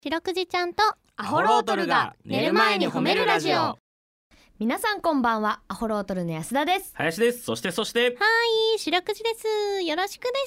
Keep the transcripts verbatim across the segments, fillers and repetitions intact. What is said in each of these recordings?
白くじちゃんとアホロートルが寝る前に褒めるラジオ。 皆さんこんばんは。アホロートルの安田です。 林です。そしてそしてはい白くじです。よろしくです。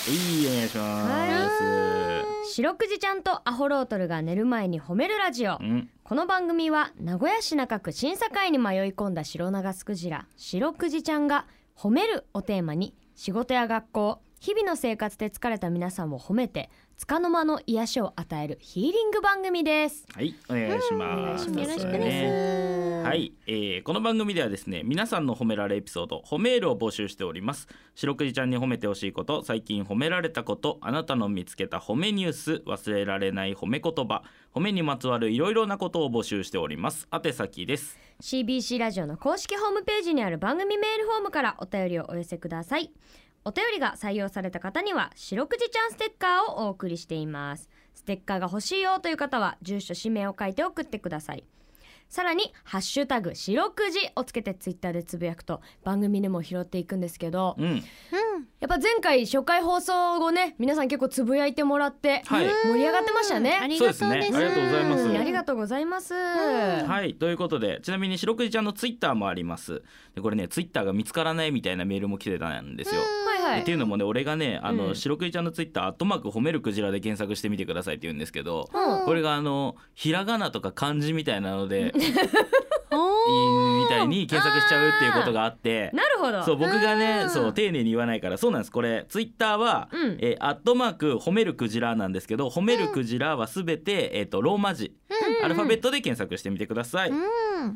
いいお願いします。 白くじちゃんとアホロートルが寝る前に褒めるラジオ。この番組は名古屋市中区審査会に迷い込んだ白長スクジラ白くじちゃんが褒めるをテーマに、仕事や学校日々の生活で疲れた皆さんを褒めて束の間の癒しを与えるヒーリング番組です。 はい、お願いします。 よろしくです、 ね、はい、えー、この番組ではですね、皆さんの褒められエピソード褒めールを募集しております。白くじちゃんに褒めてほしいこと、最近褒められたこと、あなたの見つけた褒めニュース、忘れられない褒め言葉、褒めにまつわるいろいろなことを募集しております。宛先です。 シービーシー ラジオの公式ホームページにある番組メールフォームからお便りをお寄せください。お便りが採用された方には白くじちゃんステッカーをお送りしています。ステッカーが欲しいよという方は住所氏名を書いて送ってください。さらにハッシュタグ白くじをつけてツイッターでつぶやくと番組でも拾っていくんですけど、 うん、 やっぱ前回初回放送後ね、皆さん結構つぶやいてもらって、 はい、 盛り上がってましたね。 ありがとうです。 そうですね、ありがとうございます。 ありがとうございます。 はい、ということで、ちなみに白くじちゃんのツイッターもあります。でこれね、ツイッターが見つからないみたいなメールも来てたんですよ。 はいはい、 っていうのもね、俺がね、あの、 うん、 白くじちゃんのツイッターアットマーク褒めるクジラで検索してみてくださいって言うんですけど、 うん、 これがあのひらがなとか漢字みたいなのでおみたいに検索しちゃうっていうことがあって、 なるほど。 そう僕がね、そう丁寧に言わないから。そうなんです。これツイッターは、うん、えー、アットマーク褒めるクジラなんですけど、褒めるクジラはすべて、えー、とローマ字、うん、アルファベットで検索してみてください。うん、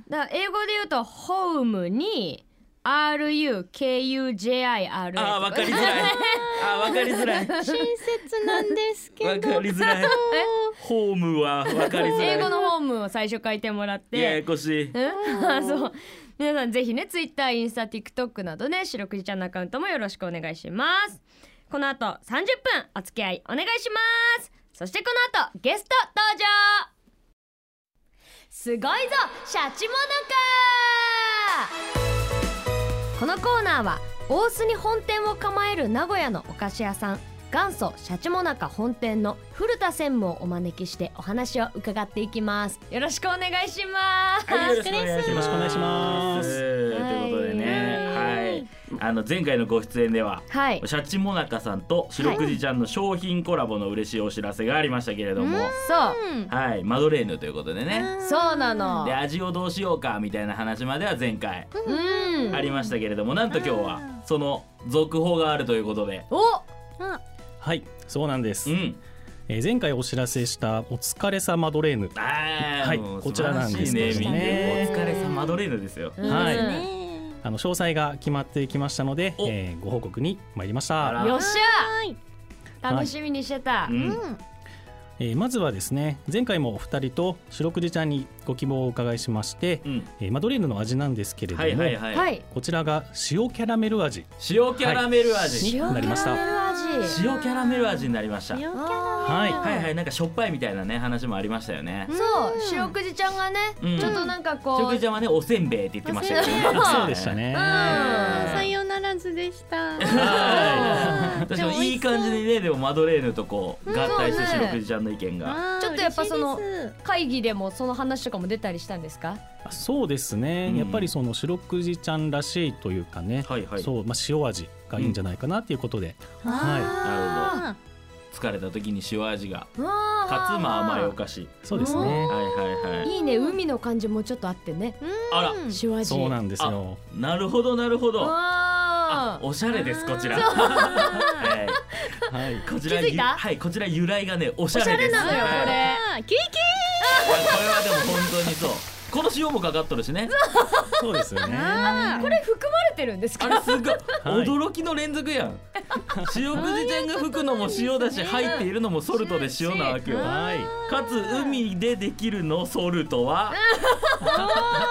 だから英語で言うとホームに アールユーケーユージェーアイアールエーあー、わかりづらいあー、わかりづらい親切なんですけどわかりづらいホームはわかりづらい。 英語のホームを最初書いてもらって、 ややこしい。 あ、そう皆さんぜひね、ツイッター、インスタ、TikTok などね、白くじちゃんのアカウントもよろしくお願いします。この後さんじゅっぷんお付き合いお願いします。そしてこの後ゲスト登場。すごいぞシャチモナカ。このコーナーは大須に本店を構える名古屋のお菓子屋さん元祖シャチモナカ本店の古田専務をお招きしてお話を伺っていきます。よろしくお願いします。 はい、よろしくお願いします。 よろしくお願いします。 ということでね、はい、あの前回のご出演では、はい、シャチモナカさんと白くじちゃんの商品コラボの嬉しいお知らせがありましたけれども、 そうはい、マドレーヌということでね、 そうなので味をどうしようかみたいな話までは前回ありましたけれども、なんと今日はその続報があるということで。 おはい、そうなんです、うん、えー、前回お知らせしたお疲れさマドレーヌ、 あ、 はい、こちらなんですけどね、 お疲れさマドレーヌですよ、 はい、あの詳細が決まってきましたので、えー、ご報告に参りました。 よっしゃ、楽しみにしてた、はい、うん、 えー、まずはですね、前回もお二人と白くじちゃんにご希望をお伺いしまして、うん、えー、マドレーヌの味なんですけれども、はいはいはい、こちらが塩キャラメル味、 塩キャラメル味、 はい、になりました。 塩キャラメル味になりました。 塩キャラはい、はいはい、なんかしょっぱいみたいなね話もありましたよね。 そう、白くじちゃんがね、うん、ちょっとなんかこう、 白くじちゃんはねおせんべいって言ってましたけどねそうでしたね、 さよならずでした。 はい、確かにいい感じにね、でもマドレーヌとこう合体して白くじちゃんの意見が、 ちょっとやっぱその会議でもその話とかも出たりしたんですか？ そうですね、うん、やっぱりその白くじちゃんらしいというかね、はいはい、そう、まあ、塩味がいいんじゃないかなっていうことで、 うん、はい、なるほど。疲れた時に塩味がかつまあ甘いお菓子。 そうですね、はいはいはい、 いいね、海の感じもちょっとあってね、 あら塩味。 そうなんですよ。 なるほどなるほど、あ、おしゃれですこちらはいはい、こちら、はい、こちら由来がねおしゃれです。 おしゃれなのよ、これ。 キュイキュイこれはでも本当にそう、この塩もかかっとるしね。 そうですよね。 これ含まれてるんですか？ あれすごい、はい、驚きの連続やん。塩くじちゃんが吹くのも塩だし、入っているのもソルトで塩なわけよ。はい、かつ海でできるのソルトはおしゃれな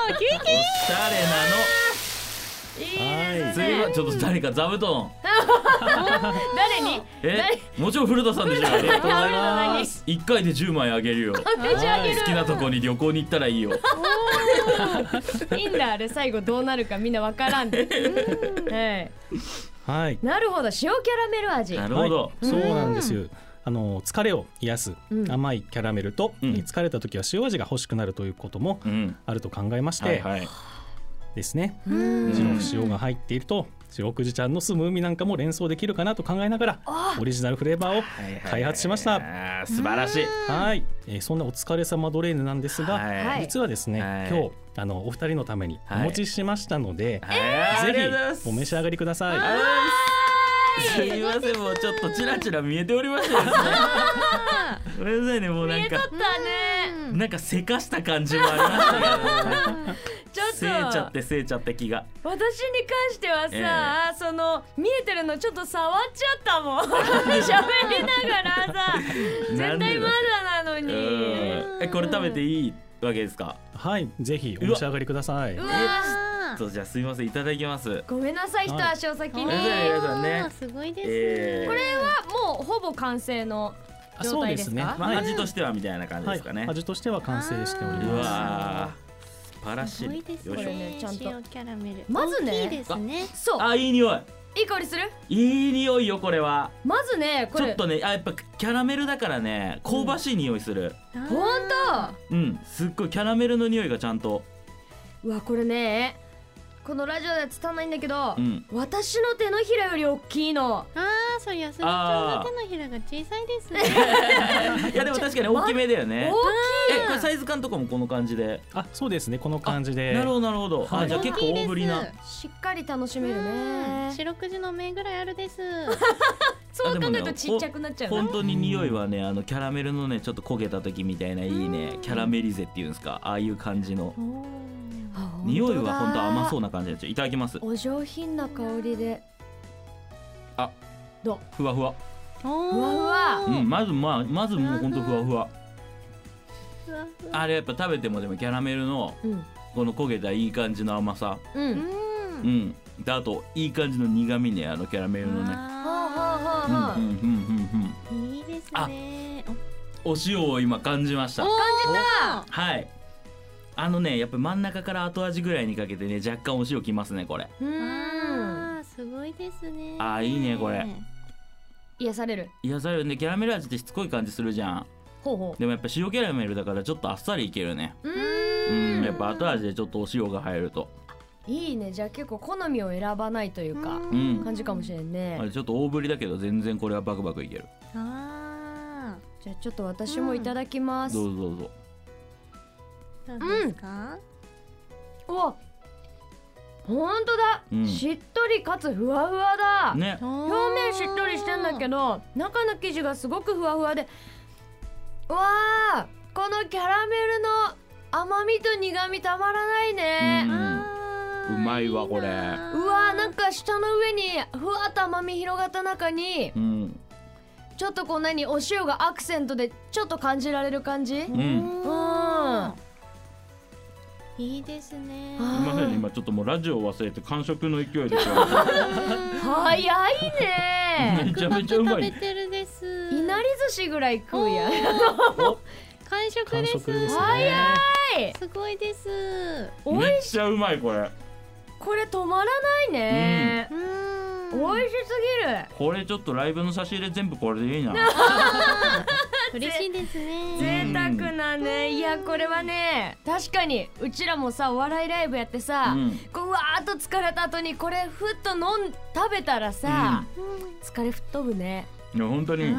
の。 いいですね、はい、ちょっと誰か座布団誰に？ え、もちろん古田さんでしょ。ありがとうございます。いっかいでじゅうまいあげるよ。好きなとこに旅行に行ったらいいよ。 いいんだ、あれ最後どうなるかみんなわからんで、はい、 はい、 なるほど、塩キャラメル味。 なるほど、 はい、そうなんですよ。 あの疲れを癒す甘いキャラメルと、うん、疲れた時は塩味が欲しくなるということもあると考えまして、うんはいはい、ですね。白塩が入っていると白くじちゃんの住む海なんかも連想できるかなと考えながらオリジナルフレーバーを開発しました。 素晴らしい。 はい、えー、そんなお疲れ様ドレーヌなんですが、はい、実はですね、はい、今日あのお二人のためにお持ちしましたので、はい、ぜひお召し上がりください。 すいません、もうちょっとチラチラ見えておりましたですね。ごめんなさいね、もうなんか見えとったね。 なんかせかした感じもありましたけど、ちょっとせいちゃってせいちゃって気が。 私に関してはさ、えー、その見えてるのちょっと触っちゃったもん。喋りながらさ、絶対まだなのに。 え、これ食べていいわけですか？ はい、ぜひお召し上がりください。 うわじゃあすみません、いただきます。 ごめんなさい、一足お先に。 ね、 すごいです、 えー、 これはもうほぼ完成の状態ですか？ そうですね、 まあ、味としてはみたいな感じですかね、 はい、味としては完成しております。 うわ素晴らしい。 すごいですね、 これね、ちゃんと塩キャラメルまずね、 いいですね。 そう、 あ、いい匂い、 いい香りする？ いい匂いよ、これは。まずね、これちょっとね、あ、やっぱキャラメルだからね、香ばしい匂いする。 ほんと？ うん、すっごいキャラメルの匂いがちゃんと。 うわ、これね、このラジオでは伝わらないんだけど、うん、私の手のひらより大きいの。 ああ、そりゃすみちゃんの手のひらが小さいですね。 いやでも確かに大きめだよね。 大きい。 え、これサイズ感とかもこの感じで？ あ、そうですね、この感じで。 なるほどなるほど。 はい、 あ、じゃあ結構大ぶりな。 しっかり楽しめるね。 白くじの目ぐらいあるです。 そう考えるとちっちゃくなっちゃう。 本当に匂いはね、あのキャラメルのね、ちょっと焦げた時みたいないいね、キャラメリゼっていうんですか、ああいう感じの。匂いは本当甘そうな感じです。いただきます。 お上品な香りで。 あ、 どう？ ふわふわ。 ふわふわ。 うん、まずまあまずもう本当ふわふわ。あれやっぱ食べてもでもキャラメルのこの焦げたいい感じの甘さ。 うん。 うん。であといい感じの苦味ね、あのキャラメルのね。 はあうんうんうんうん。いいですね。 お塩を今感じました。 感じた。 はい。あのね、やっぱ真ん中から後味ぐらいにかけてね、若干お塩きますね、これ。 うん、 すごいですね。 あ、いいね、これ。 癒される。 癒されるね。キャラメル味ってしつこい感じするじゃん。 ほうほう。 でもやっぱ塩キャラメルだからちょっとあっさりいけるね。 うん。 やっぱ後味でちょっとお塩が入ると。 いいね。じゃあ結構好みを選ばないというか、うん、感じかもしれんね。 あれちょっと大ぶりだけど全然これはバクバクいける。 ああ。 じゃあちょっと私もいただきます。 どうぞどうぞ。 何ですか？ うん、お、ほんとだ、うん、しっとりかつふわふわだ、 ね、 表面しっとりしてんだけど中の生地がすごくふわふわで、うわー、このキャラメルの甘みと苦みたまらないね。 うん、うまいわこれ。うわー、なんか舌の上にふわっと甘み広がった中に、うん、ちょっとこう何、お塩がアクセントでちょっと感じられる感じ。うん、うんいいですね。 すみません、今ちょっともうラジオを忘れて完食の勢いで早いね。 めちゃめちゃうまい。 食べてるです。 いなり寿司ぐらい食うやん。 完食です。 ですね、 早い。 すごいです。 めっちゃうまいこれ。 これ止まらないね。うん、美味しすぎる。 これちょっとライブの差し入れ全部これでいいな。 嬉しいですね。 贅沢なね。いやこれはね、確かにうちらもさお笑いライブやってさ、うん、こううわーっと疲れた後にこれふっと飲ん食べたらさ、うん、疲れ吹っ飛ぶね。 いや本当に、うん、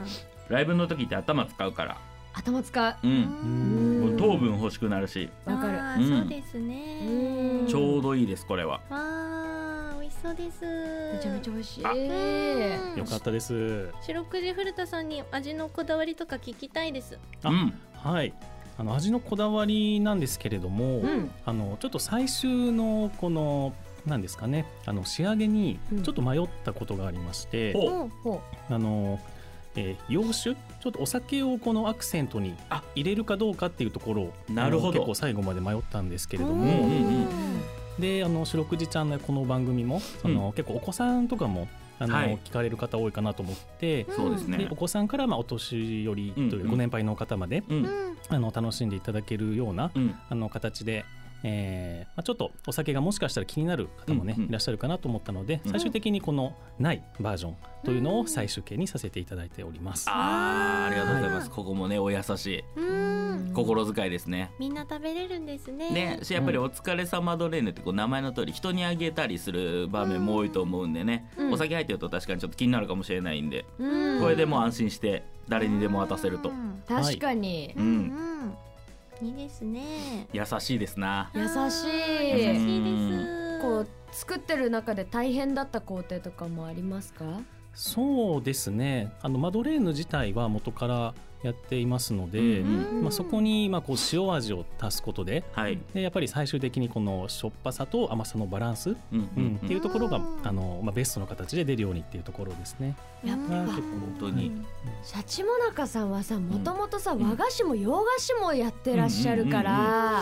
ライブの時って頭使うから。 頭使う。 うん。もう糖分欲しくなるし。 わかる。 うん、そうですね。 ちょうどいいですこれは。 ああ、美味しそうです。 めちゃめちゃ美味しい。 よかったです。 白くじ古田さんに味のこだわりとか聞きたいです。 あ、うん、はい。あの味のこだわりなんですけれども、うん、あのちょっと最終のこのなんですかね、あの仕上げにちょっと迷ったことがありまして、うん、あの。えー、洋酒ちょっとお酒をこのアクセントに入れるかどうかっていうところをなるほど結構最後まで迷ったんですけれども、うんうんうん、であの白くじちゃんのこの番組もあの、うん、結構お子さんとかもあの、はい、聞かれる方多いかなと思って、 そうですね、 でお子さんからまあお年寄りというご年配の方まで、うんうん、あの楽しんでいただけるような、うん、あの形でえーまあ、ちょっとお酒がもしかしたら気になる方もね、うんうん、いらっしゃるかなと思ったので、うん、最終的にこのないバージョンというのを最終形にさせていただいております。 あー、ありがとうございます、はい、ここもねお優しい心遣いですね。 みんな食べれるんですね。 ね、やっぱりお疲れ様ドレーヌってこう名前の通り人にあげたりする場面も多いと思うんでね、うん、お酒入ってると確かにちょっと気になるかもしれないんで、うん、これでもう安心して誰にでも渡せると、うん、 確かに、 うんうんいいですね。 優しいですな。 優しい。 優しいです。 こう作ってる中で大変だった工程とかもありますか？ そうですね。あのマドレーヌ自体は元からやっていますので、うんまあ、そこにまあこう塩味を足すことで、はい、でやっぱり最終的にこのしょっぱさと甘さのバランス、うんうん、っていうところがあの、まあ、ベストの形で出るようにっていうところですね。 やっぱ本当に、うん、 シャチモナカさんはさもともとさ、うん、和菓子も洋菓子もやってらっしゃるから、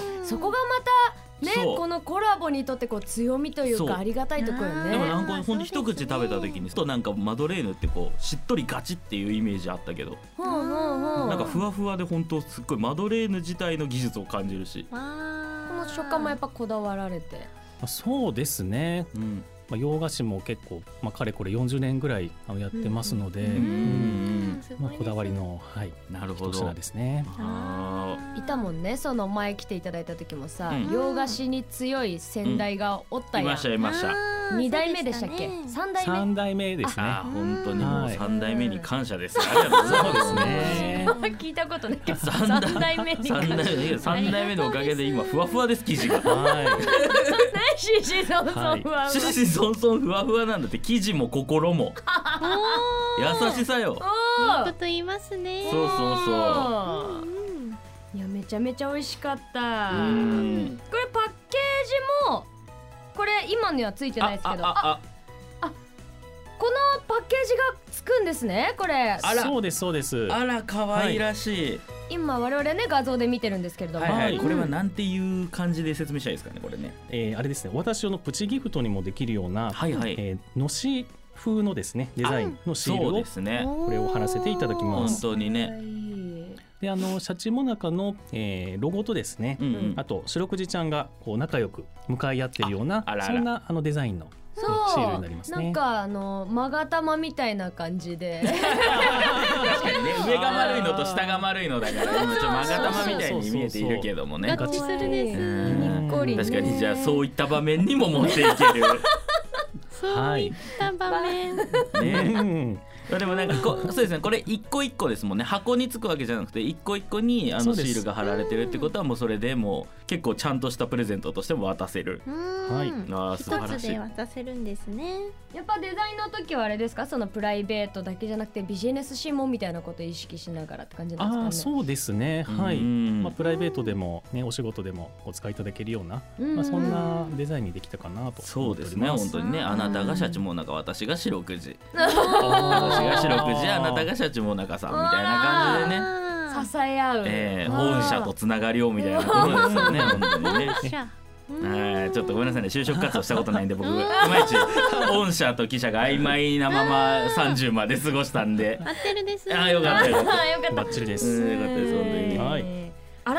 そこがまたね、このコラボにとってこう強みというかありがたいところよね。 でもなんかほんと一口食べた時にとなんかマドレーヌってこうしっとりガチっていうイメージあったけど、なんかふわふわで本当すっごいマドレーヌ自体の技術を感じるし、 この食感もやっぱこだわられて。 そうですね、うんまあ、洋菓子も結構、まあ、かれこれよんじゅうねんぐらいやってますので、まあ、こだわりの、はい、 なるほど一品ですね。 あいたもんね、その前来ていただいた時もさ、うん、洋菓子に強い先代がおったやん、 うん、いましたいました。 に代目でしたっけ、ね、さん代目さん代目ですね。 あ本当にもうさん代目に感謝です、はい、 ありがとうございます。そうですね聞いたことないけどさん代目に感謝。 さん代目のおかげで今ふわふわです生地が。 はいシシソンソンふわふわ。 シシソンソンふわふわなんだって、生地も心も優しさよ。 いいこと言いますね。 そうそうそう。 いやめちゃめちゃ美味しかった。うんこれパッケージもこれ今にはついてないですけど、ああああこのパッケージがつくんですねこれ。 あらそうですそうです。 あら可愛らしい、はい、 今我々ね画像で見てるんですけれども、 はいはい、これはなんていう感じで説明したいですかねこれね。 えー、あれですね、私のプチギフトにもできるような、はいはいえー、のし風のですねデザインのシールを、ね、これを貼らせていただきます。 本当にね。 であのシャチモナカの、えー、ロゴとですね、うんうん、あと白くじちゃんがこう仲良く向かい合ってるようなあららそんなあのデザインのシールになりますね。 なんかあの勾玉みたいな感じで確かにね、上が丸いのと下が丸いのだから今ちょっと勾玉みたいに見えているけどもね。 ガチするです。 にっこりね。 確かにじゃあそういった場面にも持っていけるそういった場面、 はいねでもなんかこそうですね、これ一個一個ですもんね。箱につくわけじゃなくて一個一個にあのシールが貼られてるってことはもうそれでもう結構ちゃんとしたプレゼントとしても渡せる。 はい、あ素晴らしい。一つで渡せるんですね。 やっぱデザインの時はあれですか、そのプライベートだけじゃなくてビジネスシーンもみたいなことを意識しながらって感じなんですかね。 あそうですね、はい、まあ、プライベートでも、ね、お仕事でもお使いいただけるような、まあ、そんなデザインにできたかなと思っております。そうですね、 本当にね。あなたがシャチモナカ、私が白くじ私が白くじ、あなたがシャチモナカさんみたいな感じでね支え合う、 えー、御社とつながりをみたいなことですよね本当にね。はいちょっとごめんなさいね、就職活動したことないんで僕いまいち御社と記者が曖昧なままさんじゅうまで過ごしたんで合ってるです。 あよかったよかったよかったバッチリです。 よかったです本当に、はい、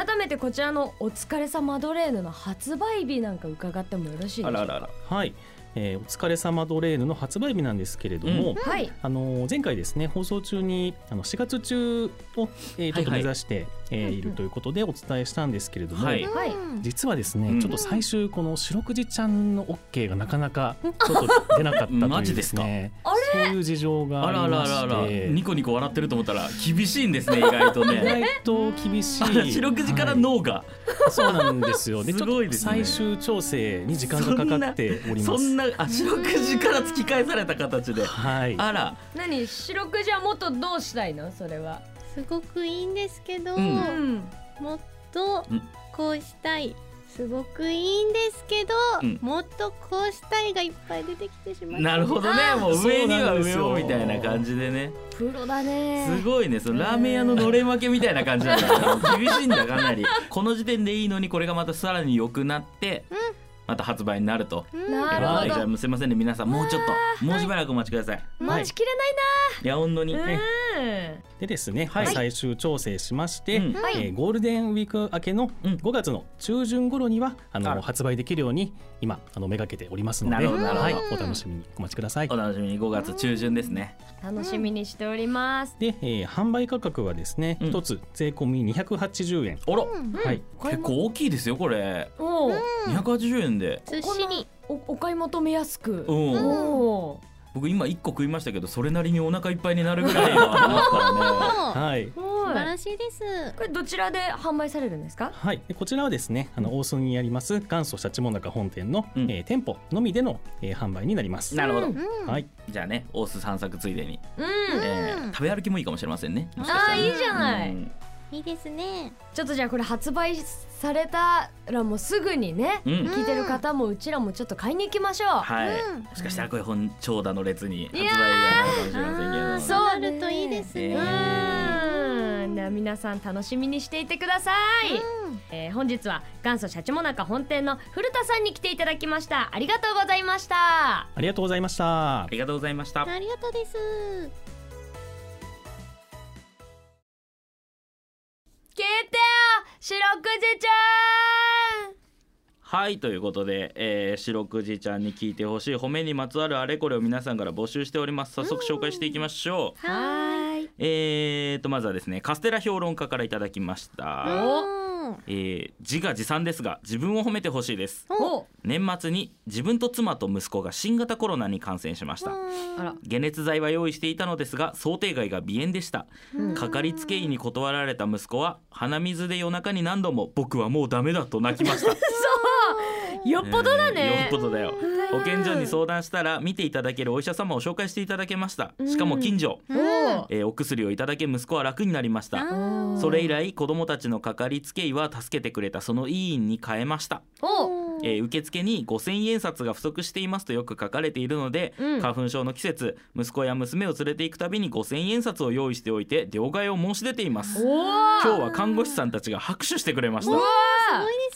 改めてこちらのお疲れさマドレーヌの発売日なんか伺ってもよろしいでしょうか。 あらららはいえー、お疲れさマドレーヌの発売日なんですけれども、うんはい、あの前回ですね放送中にあのしがつ中を、えー、ちょっと目指して、はいはいえー、いるということでお伝えしたんですけれども、はいはい、実はですね、うん、ちょっと最終この白くじちゃんの OK がなかなかちょっと出なかったというですねそういう事情がありまして、あららららニコニコ笑ってると思ったら厳しいんですね意外とね意外と厳しい白くじから脳が、はい、 そうなんですよ。でちょっと最終調整に時間がかかっております。 そんなあ白くじから突き返された形で、はい、あら何白くじはもっとどうしたいの。それはすごくいいんですけど、うん、もっとこうしたい、すごくいいんですけど、うん、もっとこうしたいがいっぱい出てきてしまって。 なるほどね、もう上には上をみたいな感じでね。 プロだね。 すごいね、そのラーメン屋ののれん分けみたいな感じなんだ厳しいんだかなりこの時点でいいのにこれがまたさらに良くなって、うんまた発売になると。 なるほど。 じゃあすいませんね皆さん、もうちょっともうしばらくお待ちください。 待ちきれないな。 いや本当にね、 でですね、 はい、 最終調整しまして、うん、 はい、 えー、ゴールデンウィーク明けのごがつの中旬頃にはあの発売できるように今あのめがけておりますので、はい、お楽しみにお待ちください。 お楽しみに。ごがつ中旬ですね。 楽しみにしております。 で、えー、販売価格はですね、一、うん、つ税込みにひゃくはちじゅうえん。 あら、 はい、 結構大きいですよこれ。 おにひゃくはちじゅうえんでずっしりお, お買い求めやすく。 うん、お僕今いっこ食いましたけど、それなりにお腹いっぱいになるぐらいはありますからね。 はい、 素晴らしいです。 これどちらで販売されるんですか？ はい、こちらはですね、あの大須にあります元祖シャチモナカ本店の、うん、えー、店舗のみでの、えー、販売になります。 なるほど、うん、 はい、 じゃあね、大須散策ついでに、 うん、 えー、食べ歩きもいいかもしれませんね。 もしかしたらね。あー、いいじゃない、うん、 いいですね。 ちょっとじゃあこれ発売されたらもうすぐにね、うん、聞いてる方もうちらもちょっと買いに行きましょう。 はい、うん、もしかしたらこれ本長蛇の列に発売があるかもしれませんけど、 そうなるといいですね。 うん、皆さん楽しみにしていてください。うん、えー、本日は元祖シャチモナカ本店の古田さんに来ていただきました。ありがとうございました。 ありがとうございました。 ありがとうございました。 ありがとうです。 聞いてよ、白くじちゃん。 はい、ということで、えー、白くじちゃんに聞いてほしい褒めにまつわるあれこれを皆さんから募集しております。早速紹介していきましょう。はい。 えーとまずはですね、カステラ評論家からいただきました。えー、自画自賛ですが自分を褒めてほしいです。年末に自分と妻と息子が新型コロナに感染しました。解熱剤は用意していたのですが想定外が鼻炎でした。かかりつけ医に断られた息子は鼻水で夜中に何度も僕はもうダメだと泣きました。 そうよっぽどだね、 えー、よっぽどだよ。保健所に相談したら見ていただけるお医者様を紹介していただけました。しかも近所、うん、えー、お薬をいただけ息子は楽になりました。それ以来子どもたちのかかりつけ医は助けてくれたその医院に変えました。えー、受付にごせんえん札が不足していますとよく書かれているので、うん、花粉症の季節息子や娘を連れて行くたびにごせんえん札を用意しておいて両替を申し出ています。今日は看護師さんたちが拍手してくれました。 すごいです。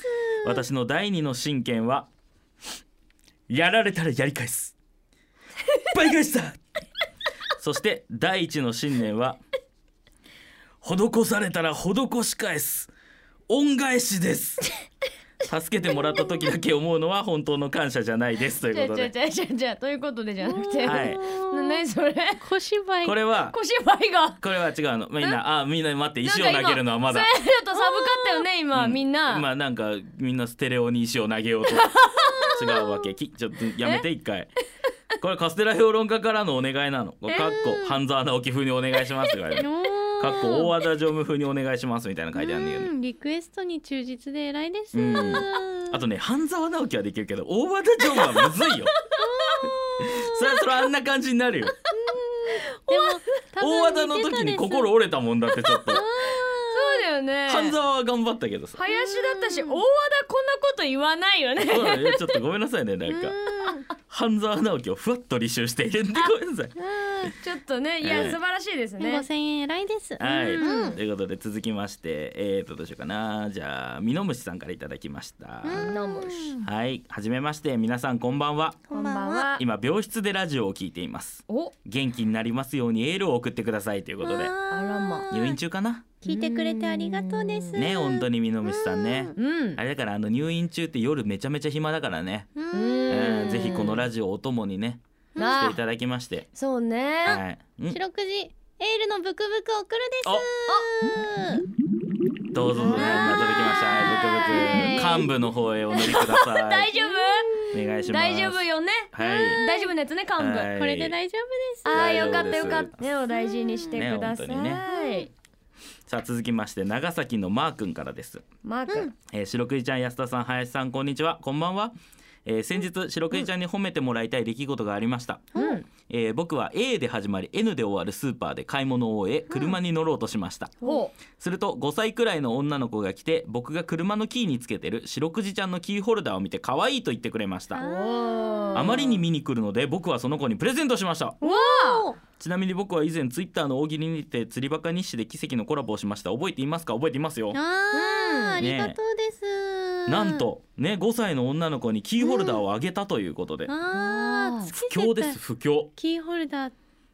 私の第二の親権はやられたらやり返す倍返しだ。そして第一の信念は施されたら施し返す恩返しです。助けてもらった時だけ思うのは本当の感謝じゃないですということで。 じゃじゃじゃじゃということでじゃなくて、 はい、 何それ小芝居。 これは小芝居がこれは違うの。みんなあみんな待って石を投げるのはまだちょっと寒かったよね今、うん、みんなまあなんかみんなステレオに石を投げようと違うわけ。きちょっとやめて一回。これカステラ評論家からのお願いなの。かっこ半沢直樹風にお願いしますが、ね、かっこ大和田常務風にお願いしますみたいな書いてあるんだけど、 リクエストに忠実で偉いです。 あとね半沢直樹はできるけど大和田常務はむずいよ。それはそれあんな感じになるよ。でも大和田の時に心折れたもんだってちょっと。 そうだよね。 半沢は頑張ったけどさ。 林だったし大和田こんなこと言わないよね。 そうだね、ちょっとごめんなさいね。なんか半沢直樹をふわっと履修しているんでごめんなさい。 ちょっとね、いや、 えー、 素晴らしいですね。 ごせんえん偉いです。 はい、 うん、 ということで続きましてえーとどうしようかな。じゃあミノムシさんからいただきました。 ミノムシ。 はい、はじめまして皆さんこんばんは。 こんばんは。 今病室でラジオを聞いています。 お元気になりますようにエールを送ってくださいということで。 あらま。 入院中かな。 聞いてくれてありがとうです。 ね、本当にミノムシさんね。 うん、 あれだからあの入院中って夜めちゃめちゃ暇だからね。うん、えー、ぜひこのラジオをお供にねしていただきまして。 そうね。 はい。 白くじエールのブクブク送るです。 どうぞ、ね、謎できました。ブクブク幹部の方へお乗りください。 大丈夫？ お願いします。 大丈夫よね。 はい。 大丈夫なやつね幹部、 はい。これで大丈夫です。 ああよかったよかった。ねお大事にしてください。 ね、ね。さあ続きまして長崎のマー君からです。 マー君、うん、 えー、白くじちゃん安田さん林さんこんにちは。こんばんは。えー、先日白くじちゃんに褒めてもらいたい出来事がありました。うんえー、僕は エー で始まり エヌ で終わるスーパーで買い物を終え車に乗ろうとしました。うん、するとごさいくらいの女の子が来て僕が車のキーにつけてる白くじちゃんのキーホルダーを見て可愛いと言ってくれました。あまりに見に来るので僕はその子にプレゼントしました。ちなみに僕は以前ツイッターの大喜利にて釣りバカ日誌で奇跡のコラボをしました。覚えていますか？覚えていますよ。 あ、うん、ありがとうです。 なんとねごさいの女の子にキーホルダーをあげたということで、 うん、あ不況です。不況。 キーホルダー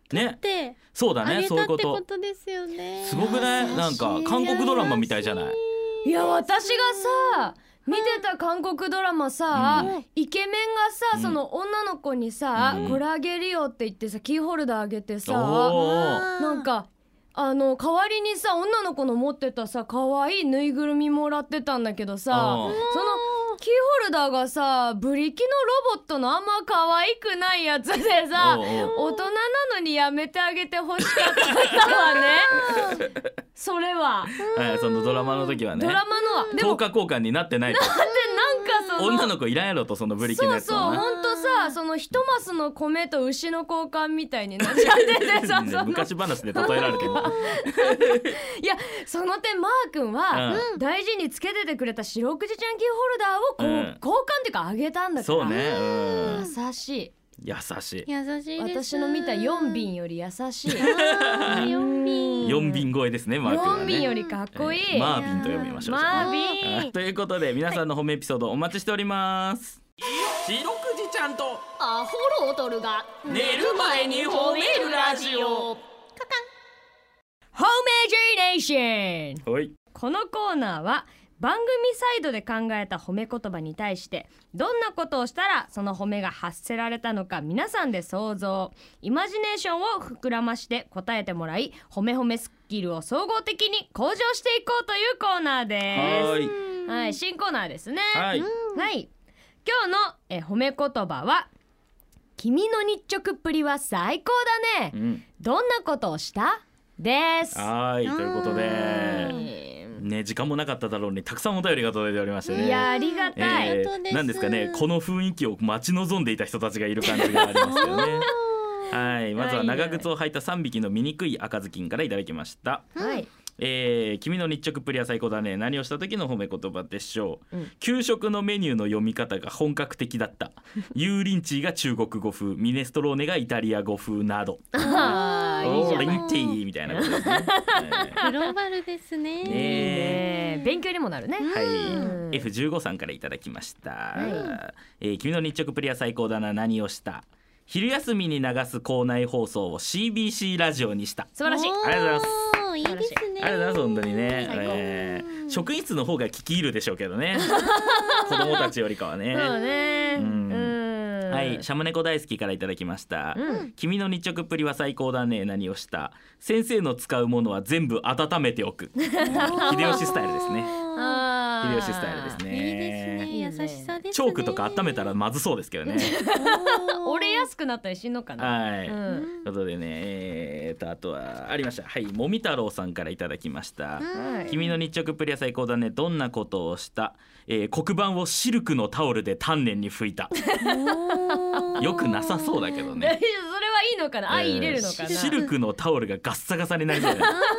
ね、そうだね、そういうこと。 ことですよね。 すごくない？なんか韓国ドラマみたいじゃない？ いや私がさ見てた韓国ドラマさ、うん、イケメンがさ、うん、その女の子にさ、うん、これあげるよって言ってさキーホルダーあげてさ、なんかあの代わりにさ女の子の持ってたさ可愛いぬいぐるみもらってたんだけどさ、そのキーホルダーがさブリキのロボットのあんま可愛くないやつでさ、大人なのにやめてあげてほしかったわねそれは、 はい、そのドラマの時はね、 ドラマのは等価交換になってないと。 なんでなんかその女の子いらんやろと、そのブリキのやつはな。 そうそう、ほんとさ、その一マスの米と牛の交換みたいになっちゃっててさね、昔話で例えられてるいやその点マー君は、うん、大事につけててくれた白くじちゃんキーホルダーをこう、うん、交換っていうかあげたんだから。 そうね、うん、 優しい優しい優しいです。 私の見たよん便より優しいよん便よん便超えですね、マー君はね。 よん便よりかっこいい、 えー、マー便と呼びましょう。 マー便ということで皆さんの褒めエピソードお待ちしております。白くじちゃんとアホロートルが寝る前に褒めるラジオ。カカンホーメージェネーション。 はい、 このコーナーは番組サイドで考えた褒め言葉に対してどんなことをしたらその褒めが発せられたのか皆さんで想像イマジネーションを膨らまして答えてもらい、褒め褒めスキルを総合的に向上していこうというコーナーです。はい、はい、新コーナーですね。 はい、 はい、今日のえ褒め言葉は君の日直っぷりは最高だね、うん、どんなことをしたです。 はい、ということでね、時間もなかっただろうにたくさんお便りが届いておりましてね。 いやありがたい、 えー、なんですかね、この雰囲気を待ち望んでいた人たちがいる感じがありますよねはい、まずは長靴を履いたさんびきの醜い赤ずきんからいただきました。 はい、 えー、君の日直っぷりは最高だね、何をした時の褒め言葉でしょう、うん、給食のメニューの読み方が本格的だったユーリンチーが中国語風、ミネストローネがイタリア語風などあーいいじゃない、 リンティーみたいなことですねグローバルですね。 ね、勉強にもなるね。 はい、うん、エフじゅうご さんからいただきました、はい、えー、君の日直っぷりは最高だな、何をした、昼休みに流す校内放送を シービーシー ラジオにした。 素晴らしい、 ありがとうございます。 いいですね。 ありがとうございます。本当にね、えー、職員室の方が聞き入るでしょうけどね子供たちよりかはね。 そうね、うん、 うん、はい、シャムネコ大好きからいただきました、うん、君の日直っぷりは最高だね、何をした、先生の使うものは全部温めておく秀吉スタイルですね。秀吉スタイルですね。 いいですね、優しさですね。 チョークとか温めたらまずそうですけどね折れやすくなったりしんのかな。 はい、 うん、 ということでね、えー、とあとはありました。はい、もみ太郎さんからいただきました、うん、君の日直っぷりは最高だね、どんなことをした、えー、黒板をシルクのタオルで丹念に拭いたよくなさそうだけどねそれはいいのかな、愛入れるのかな、 えー、シルクのタオルがガッサガサになりそうだね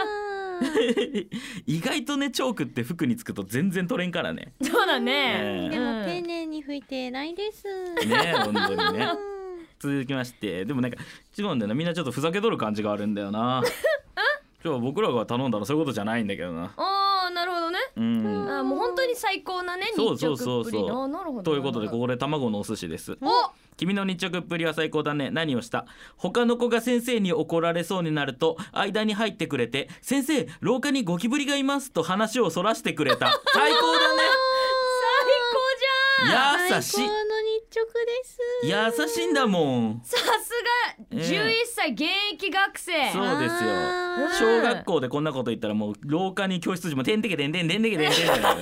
意外とねチョークって服につくと全然取れんからね。 そうだね、 えー、でも丁寧に拭いてないですね、本当にね続きまして、でもなんか違うんだよな、みんなちょっとふざけとる感じがあるんだよな今日僕らが頼んだのそういうことじゃないんだけどな。 あーなるほどね、 うん、 あもう本当に最高なね日直っぷり。そうそうそうそう、なるほど。 ということでここで卵のお寿司です。 お君の日直っぷりは最高だね、何をした、他の子が先生に怒られそうになると間に入ってくれて、先生廊下にゴキブリがいますと話をそらしてくれた最高だね最高じゃん、 優しい、 最高の日直です。 優しいんだもん。 さすがじゅういっさい現役学生、えー、 そうですよ。小学校でこんなこと言ったらもう廊下に教室時もてんてけてんてんてんてけてんてん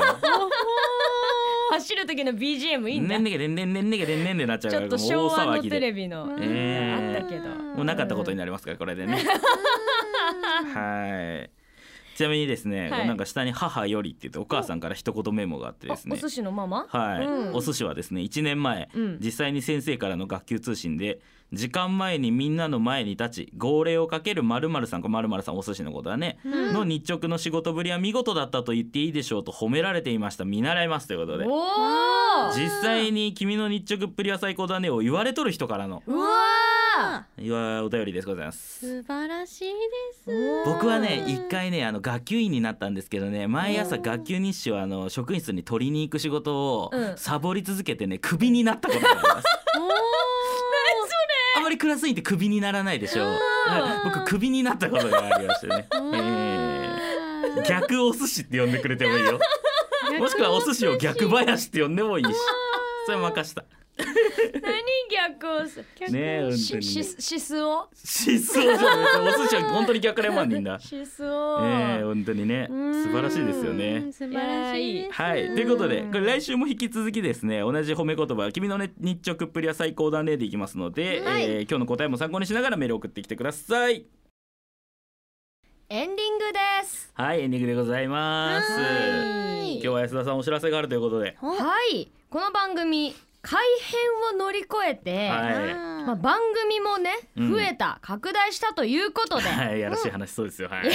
走る時の ビージーエム いいんだ。 ねんねけでんねんねんねけでんねんでなっちゃうから、 ちょっと昭和のテレビの、 えー、 あったけどもうなかったことになりますからこれでねはい、ちなみにですね、はい、なんか下に母よりって言ってお母さんから一言メモがあってですね、 お寿司のママ、 はい、うん、お寿司はですねいちねんまえ、 うん、 実際に先生からの学級通信で時間前にみんなの前に立ち号令をかける〇〇さん、これ〇〇さんお寿司のことだね、うん、の日直の仕事ぶりは見事だったと言っていいでしょうと褒められていました。見習いますということで、 お実際に君の日直っぷりは最高だねを言われとる人からのうわお便りでございます。 素晴らしいです。 僕はね一回ねあの学級委員になったんですけどね、毎朝学級日誌をあの職員室に取りに行く仕事をサボり続けてねクビになったことがあります。 おー、何それ。 あんままりクラス委員ってクビにならないでしょ。僕クビになったことがありましてね、えー、逆お寿司って呼んでくれてもいいよもしくはお寿司を逆林って呼んでもいいし、それ任した。 何逆をすねえ、 しししすおしそうじゃん。お寿司は本当に逆レモンなんだ。 しすおええ、本当にね、素晴らしいですよね。 素晴らしいです。 はい、ということでこれ来週も引き続きですね、同じ褒め言葉君の、ね、日直っぷりは最高だねでいきますので、 はい、 えー、今日の答えも参考にしながらメール送ってきてください。 エンディングです。 はい、エンディングでございます。今日は安田さんお知らせがあるということで、 はい、この番組改編を乗り越えて、 はい、 まあ、番組もね、うん、増えた拡大したということで、 はい、やらしい話そうですよ、はい、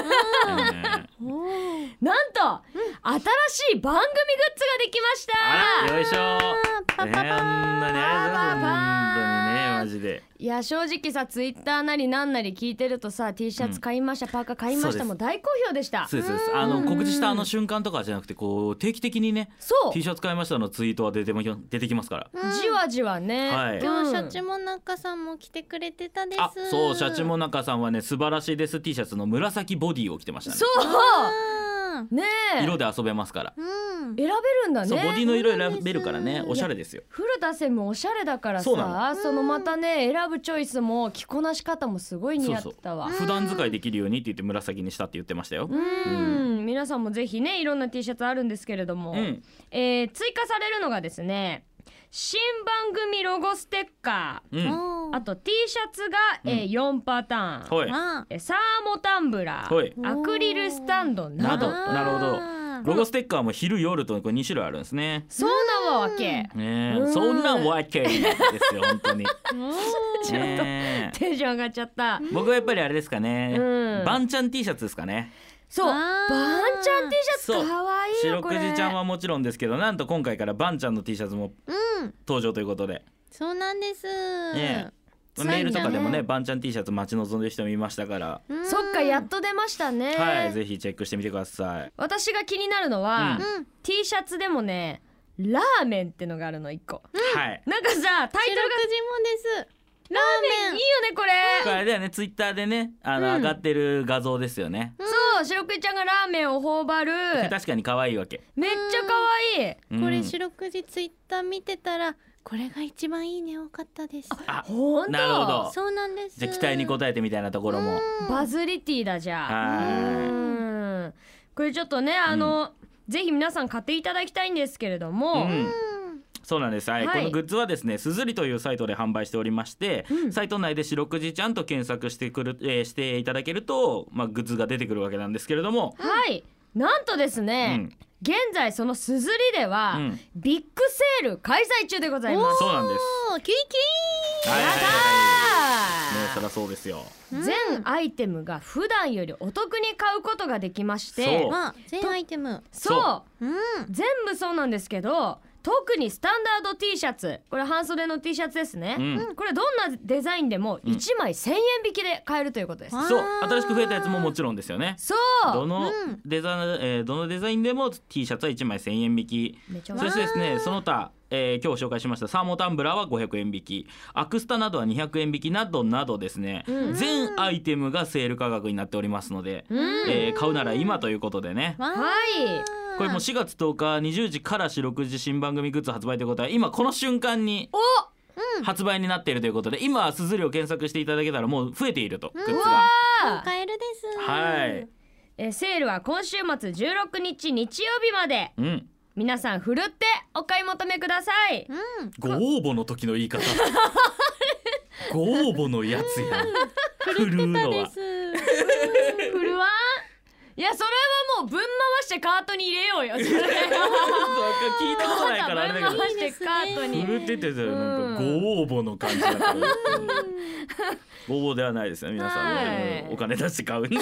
なんと、うん、新しい番組グッズができました。 あら、よいしょ。パパパー、えー、本当にありがとうございます。本当にね、マジで。 いや、正直さ、ツイッターなりなんなり聞いてるとさ、 T シャツ買いました、うん、パーカー買いました、もう大好評でした。 そうですそうです。あの告知したあの瞬間とかじゃなくて、こう定期的にね、そう T シャツ買いましたのツイートは出ても出てきますから、 うん、じわじわね、 はい、 今日シャチモナカさんも来てくれてたです。 あ、そう、シャチモナカさんはね、素晴らしいです T シャツの紫ボディを着てましたね。 そうねえ、 色で遊べますから、 うん、選べるんだね。 そう、ボディの色選べるからね、おしゃれですよ。 古田専もおしゃれだからさ、そ, そのまたね、選ぶチョイスも着こなし方もすごい似合ってたわ。 そうそう、普段使いできるようにって言って紫にしたって言ってましたよ。 うん、うん、皆さんもぜひね、いろんな T シャツあるんですけれども、うん、えー、追加されるのがですね、新番組ロゴステッカー、うん、あと T シャツが、うん、えー、よんパターン、えサーモタンブラー、アクリルスタンドなど。 なるほど。ロゴステッカーも昼夜とこれに種類あるんですね。 そうなわけ、 ね、そんなわけですよ本当に。ちょっとテンション上がっちゃった。 僕はやっぱりあれですかね、うん、バンちゃん T シャツですかね。 そう、バンちゃん T シャツかわいいよこれ。 白くじちゃんはもちろんですけど、なんと今回からバンちゃんの T シャツも登場ということで、うん、 そうなんです、 ね、メールとかでもね、バンちゃん T シャツ待ち望んでる人もいましたから、 そっか、やっと出ましたね。 はい、ぜひチェックしてみてください。 私が気になるのは、うん、T シャツでもね、ラーメンってのがあるのいっこ、うん、はい、なんかさ、タイトルが白くじもです。 ラーメンいいよねこれ。 これだよね、ツイッターでね、あの、うん、上がってる画像ですよね。 そう、白くじちゃんがラーメンを頬張る。 確かに可愛いわけ。 めっちゃ可愛い、 うん、これ白くじツイッター見てたら、これが一番いいね多かったです。 あ、ほんと。 なるほど。 そうなんです。 じゃあ期待に応えてみたいなところも。 バズリティだじゃあ。うん、これちょっとね、あの、うん、ぜひ皆さん買っていただきたいんですけれども、うん、 そうなんです、はいはい、このグッズはですね、すずりというサイトで販売しておりまして、うん、サイト内で白くじちゃんと検索してくる、えー、していただけると、まあ、グッズが出てくるわけなんですけれども、 はい、なんとですね、うん、現在そのすずりでは、うん、ビッグセール開催中でございます。 そうなんです。 キキー、 はいはいはいはい、ね、そりゃそうですよ。 全アイテムが普段よりお得に買うことができまして、 そう、あ、全アイテム、 そう、うん、全部そうなんですけど、特にスタンダード T シャツ、これ半袖の T シャツですね、うん、これどんなデザインでもいちまいせんえん引きで買えるということです、うん、 そう、新しく増えたやつももちろんですよね。 そうどのデザイン、えー、どのデザインでも T シャツはいちまいせんえん引き。そしてですね、その他、えー、今日紹介しましたサーモタンブラーはごひゃくえん引き、アクスタなどはにひゃくえん引きなどなどですね、うん、全アイテムがセール価格になっておりますので、うん、えー、買うなら今ということでね。 はい、 これもしがつとおかにじゅうじから白くじ新番組グッズ発売ということは、今この瞬間に発売になっているということで、今すずりを検索していただけたらもう増えていると、グッズが買えるです。 はい、 えセールは今週末じゅうろくにち日曜日まで、うん、皆さんふるってお買い求めください、 うん、ご応募の時の言い方ご応募のやつやんふるうのはふるわん。いや、それはもうぶん回してカートに入れようよ。それ聞いたことないからあれだけど、 ぶん回してカートにふるっててさ、なんかご応募の感じだからご応募ではないですね、皆さんね、はい、お金出して買うんで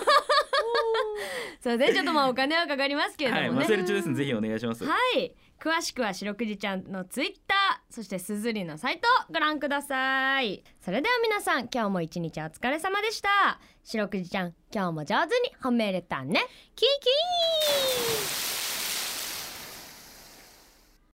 そうね、ちょっとまあお金はかかりますけれどもね、はい、 まあ、セール中ですね、ぜひお願いします。 はい、詳しくは白くじちゃんのツイッター、そしてすずりのサイトをご覧ください。それでは皆さん、今日も一日お疲れ様でした。白くじちゃん、今日も上手に褒めれたね。 キキー。